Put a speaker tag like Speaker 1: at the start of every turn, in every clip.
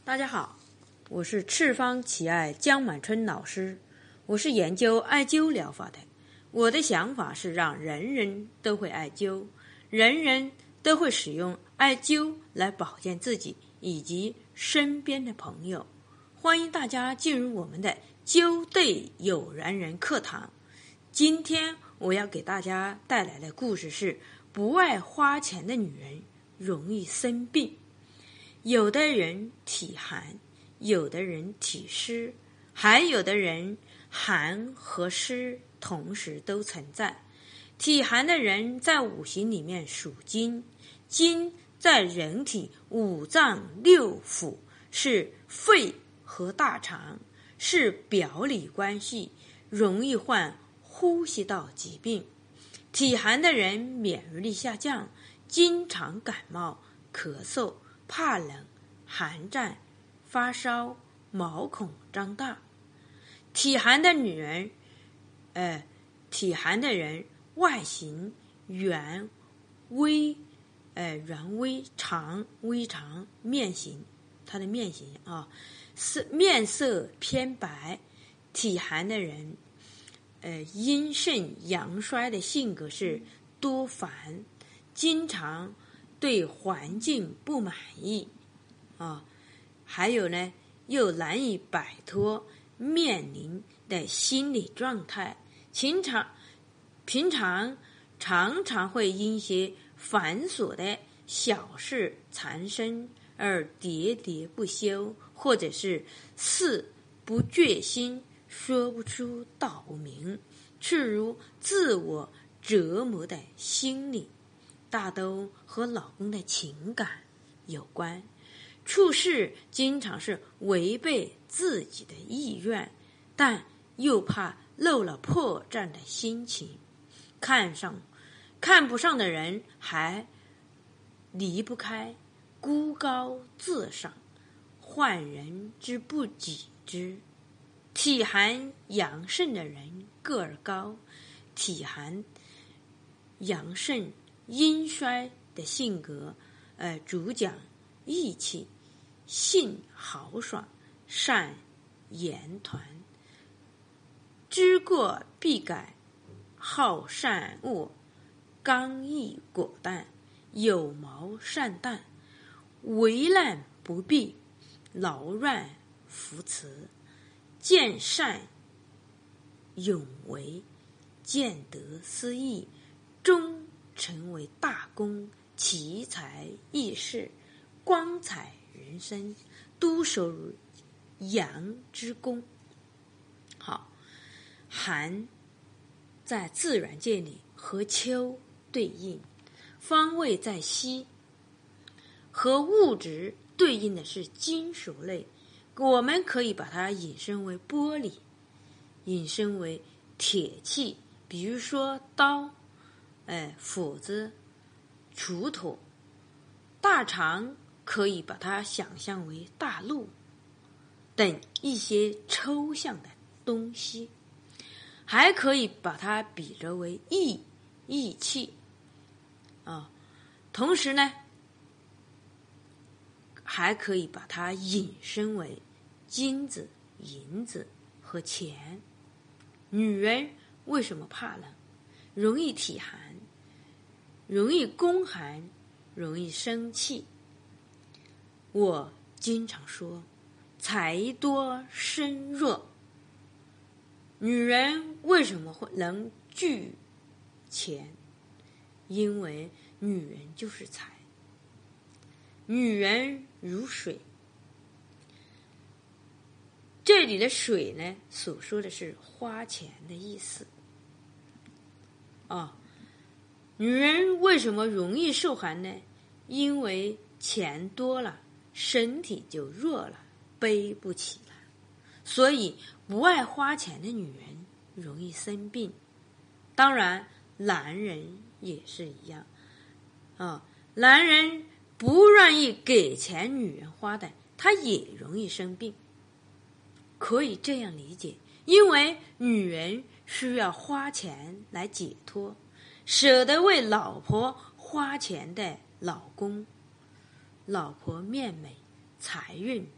Speaker 1: 大家好，我是赤方奇艾江满春老师，我是研究艾灸疗法的。我的想法是让人人都会艾灸，人人都会使用艾灸来保健自己以及身边的朋友。欢迎大家进入我们的灸对有缘人课堂。今天我要给大家带来的故事是不爱花钱的女人容易生病。有的人体寒，有的人体湿，还有的人寒和湿同时都存在。体寒的人在五行里面属金，金在人体五脏六腑，是肺和大肠，是表里关系，容易患呼吸道疾病。体寒的人免疫力下降，经常感冒、咳嗽、怕冷、寒战、发烧、毛孔张大。体寒的人外形圆微，微长，面型，他的面型面色偏白。体寒的人阴盛阳衰的性格是多烦，经常对环境不满意还有呢，又难以摆脱面临的心理状态，平常常会因些繁琐的小事缠身而喋喋不休，或者是事不决心，说不出道明，诸如自我折磨的心理，大都和老公的情感有关。处事经常是违背自己的意愿，但又怕露了破绽的心情。看不上的人还离不开，孤高自赏，患人之不己知。体寒阳盛的人个儿高，体寒阳盛阴衰的性格主讲义气，性豪爽，善言团，知过必改，好善恶，刚毅果断，有谋善断，为难不避，劳乱扶持，见善勇为，见得思义，终成为大功，奇才异事，光彩人生，都属于阳之功。好，寒在自然界里和秋对应，方位在西，和物质对应的是金属类，我们可以把它引申为玻璃，引申为铁器，比如说刀、斧子、锄头。大肠可以把它想象为大陆等一些抽象的东西，还可以把它比作为义气同时呢，还可以把它引申为金子、银子和钱。女人为什么怕冷？容易体寒，容易宫寒，容易生气。我经常说，财多身弱。女人为什么会能聚钱？因为女人就是财，女人如水。这里的水呢，所说的是花钱的意思女人为什么容易受寒呢？因为钱多了，身体就弱了，背不起了。所以不爱花钱的女人容易生病。当然男人也是一样男人不愿意给钱女人花的，他也容易生病。可以这样理解，因为女人需要花钱来解脱，舍得为老婆花钱的老公，老婆面美，财运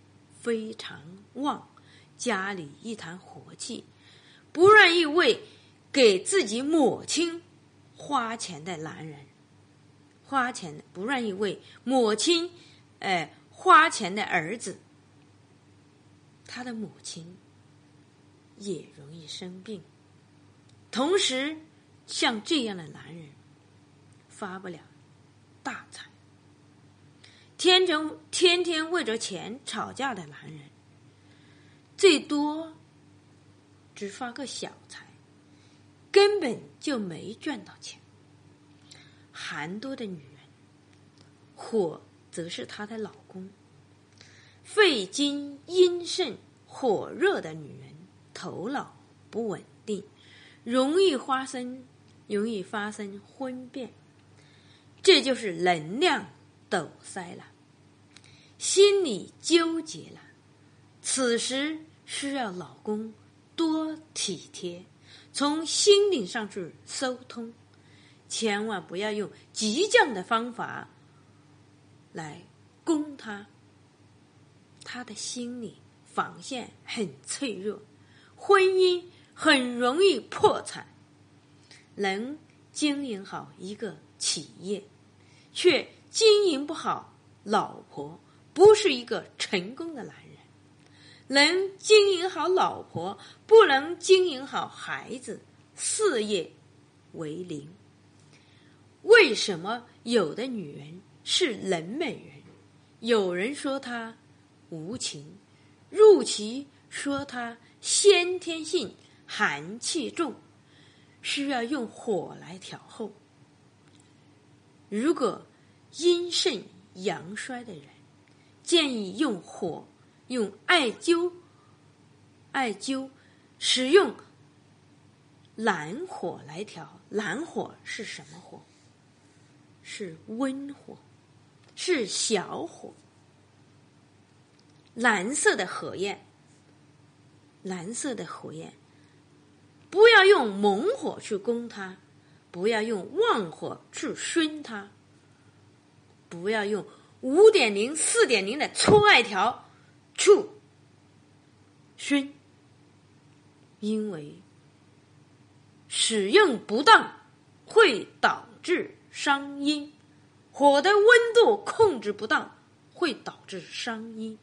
Speaker 1: 非常旺，家里一团和气，不愿意为给自己母亲花钱的男人，不愿意为母亲花钱的儿子，他的母亲也容易生病。同时像这样的男人发不了大财，天天为着钱吵架的男人，最多只发个小财，根本就没赚到钱。寒多的女人，火则是她的老公。肺经阴盛火热的女人，头脑不稳定，容易发生婚变，这就是能量堵塞了，心里纠结了。此时需要老公多体贴，从心灵上去沟通，千万不要用激将的方法来攻他，他的心理防线很脆弱，婚姻很容易破产。能经营好一个企业，却经营不好老婆，不是一个成功的男人。能经营好老婆，不能经营好孩子，事业为零。为什么有的女人是冷美人？有人说她无情，入其说她先天性寒气重，需要用火来调候。如果阴盛阳衰的人，建议用火，用艾灸，使用蓝火来调。蓝火是什么火？是温火，是小火，蓝色的火焰，不要用猛火去攻它，不要用旺火去熏它，不要用 5.0、4.0 的粗艾条去熏，因为使用不当会导致伤阴，火的温度控制不当会导致伤阴。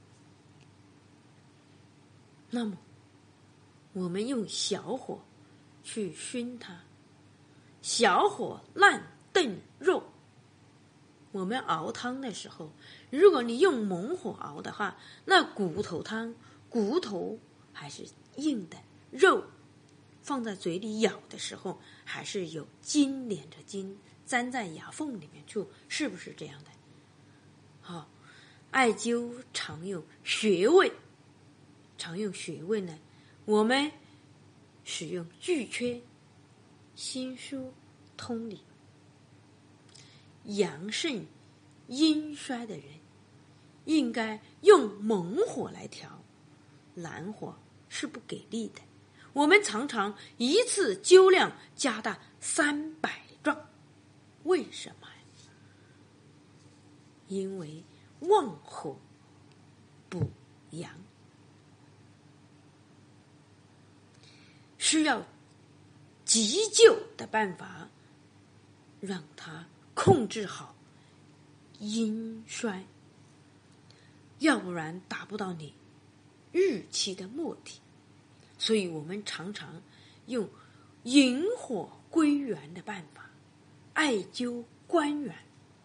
Speaker 1: 那么我们用小火去熏它，小火烂炖肉。我们熬汤的时候，如果你用猛火熬的话，那骨头还是硬的，肉放在嘴里咬的时候还是有筋连着筋粘在牙缝里面去，是不是这样的？好，艾灸常用穴位呢，我们使用巨阙、心枢、通理。阳盛阴衰的人应该用猛火来调，蓝火是不给力的。我们常常一次灸量加大300壮，为什么？因为旺火补阳，需要急救的办法，让它控制好阴衰，要不然达不到你预期的目的。所以我们常常用引火归元的办法，艾灸关元，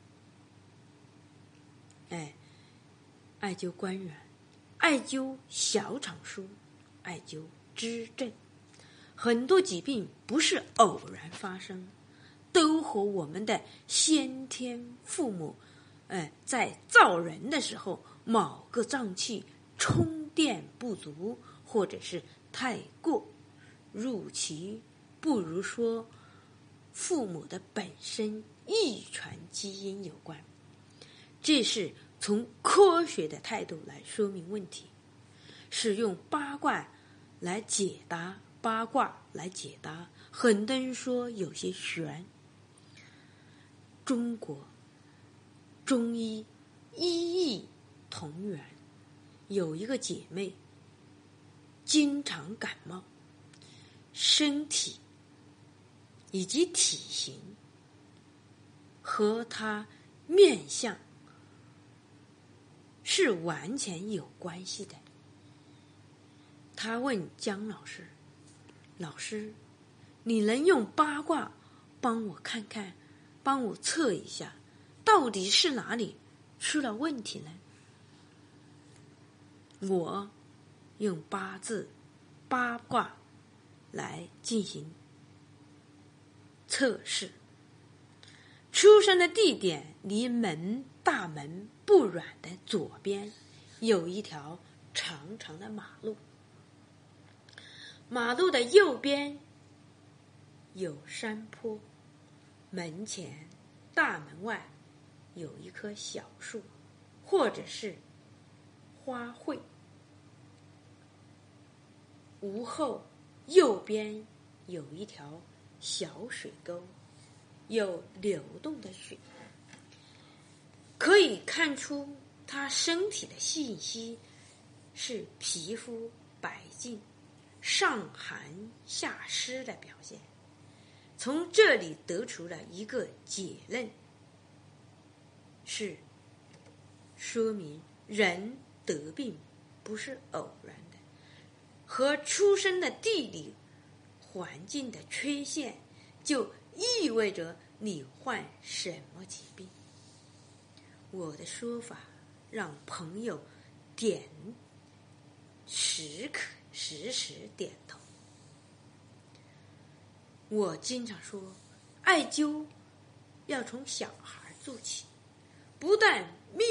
Speaker 1: 艾灸关元，艾灸小肠腧，艾灸支正。很多疾病不是偶然发生，都和我们的先天父母在造人的时候某个脏器充电不足，或者是太过入其不如说父母的本身遗传基因有关。这是从科学的态度来说明问题。使用八卦来解答，很多人说有些玄。中国中医医意同源， 有一个姐妹经常感冒，身体以及体型和她面相是完全有关系的。她问姜老师，老师，你能用八卦帮我看看，帮我测一下，到底是哪里出了问题呢？我用八字八卦来进行测试。出生的地点离大门不远的左边有一条长长的马路，马路的右边有山坡，门前大门外有一棵小树或者是花卉，屋后右边有一条小水沟，有流动的水，可以看出他身体的信息是皮肤白净、上寒下湿的表现。从这里得出了一个结论，是说明人得病不是偶然的，和出生的地理环境的缺陷就意味着你患什么疾病。我的说法让朋友时点头。我经常说，艾灸要从小孩做起，不但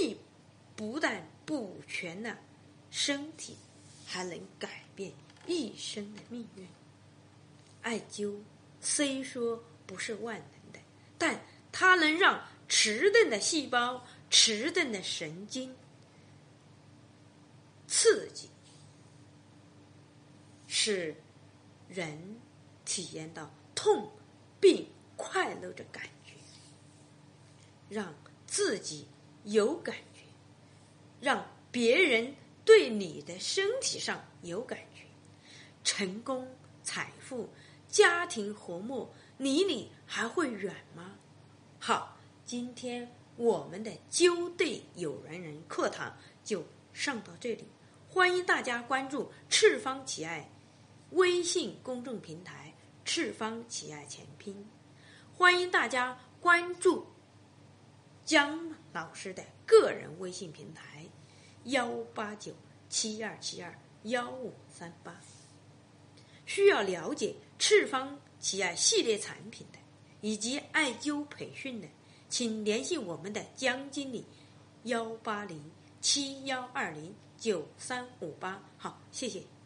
Speaker 1: 补全了身体，还能改变一生的命运。艾灸虽说不是万能的，但它能让迟钝的细胞、迟钝的神经刺激，使人体验到痛并快乐的感觉，让自己有感觉，让别人对你的身体上有感觉。成功、财富、家庭和睦，离你还会远吗？好，今天我们的灸对有缘人课堂就上到这里，欢迎大家关注赤方奇爱微信公众平台赤方奇爱全拼，欢迎大家关注姜老师的个人微信平台18972721538。需要了解赤方奇爱系列产品的以及艾灸培训的，请联系我们的姜经理18071209358。好，谢谢。